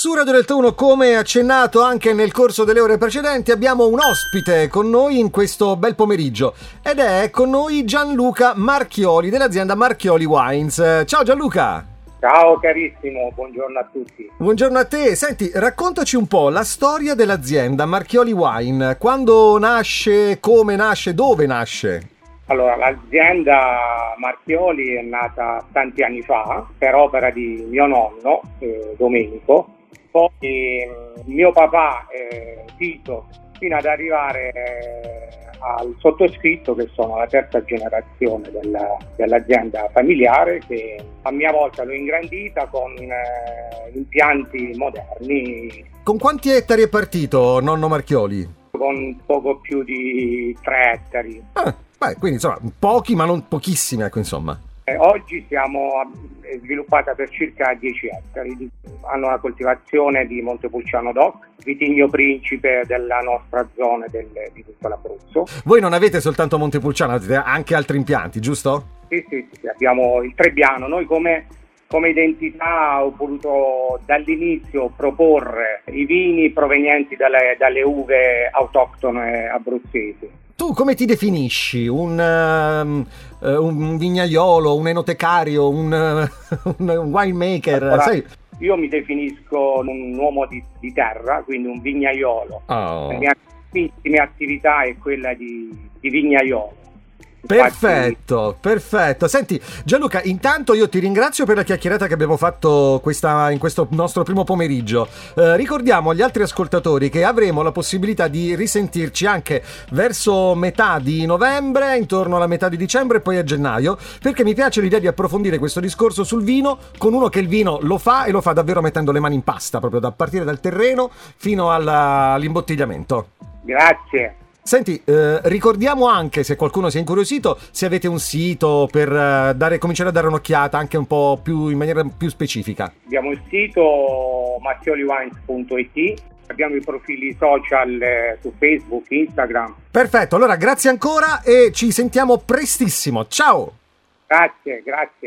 Su Radio Delta 1, come accennato anche nel corso delle ore precedenti, abbiamo un ospite con noi in questo bel pomeriggio ed è con noi Gianluca Marchioli dell'azienda Marchioli Wines. Ciao Gianluca! Ciao carissimo, buongiorno a tutti. Buongiorno a te. Senti, raccontaci un po' la storia dell'azienda Marchioli Wine. Quando nasce, come nasce, dove nasce? Allora, l'azienda Marchioli è nata tanti anni fa per opera di mio nonno, Domenico, poi mio papà, Tito, fino ad arrivare al sottoscritto, che sono la terza generazione dell'azienda familiare, che a mia volta l'ho ingrandita con impianti moderni. Con quanti ettari è partito nonno Marchioli? Con poco più di 3 ettari. Quindi insomma pochi ma non pochissimi, ecco, insomma. Oggi siamo sviluppata per circa 10 ettari. Hanno una coltivazione di Montepulciano DOC, vitigno principe della nostra zona di tutto l'Abruzzo. Voi non avete soltanto Montepulciano, avete anche altri impianti, giusto? Sì, abbiamo il Trebbiano. Noi come identità ho voluto dall'inizio proporre i vini provenienti dalle uve autoctone abruzzesi. Tu come ti definisci? Un vignaiolo, un enotecario, un winemaker? Allora, sai? Io mi definisco un uomo di terra, quindi un vignaiolo. Oh. La mia principale attività è quella di vignaiolo. Perfetto. Senti Gianluca, intanto io ti ringrazio per la chiacchierata che abbiamo fatto in questo nostro primo pomeriggio. Ricordiamo agli altri ascoltatori che avremo la possibilità di risentirci anche verso metà di novembre, intorno alla metà di dicembre e poi a gennaio, perché mi piace l'idea di approfondire questo discorso sul vino con uno che il vino lo fa e lo fa davvero mettendo le mani in pasta, proprio da partire dal terreno fino all'imbottigliamento. Grazie. Senti, ricordiamo anche, se qualcuno si è incuriosito, se avete un sito per cominciare a dare un'occhiata anche un po' più in maniera più specifica. Abbiamo il sito marchioliwines.it, abbiamo i profili social su Facebook, Instagram. Perfetto, allora grazie ancora e ci sentiamo prestissimo. Ciao! Grazie.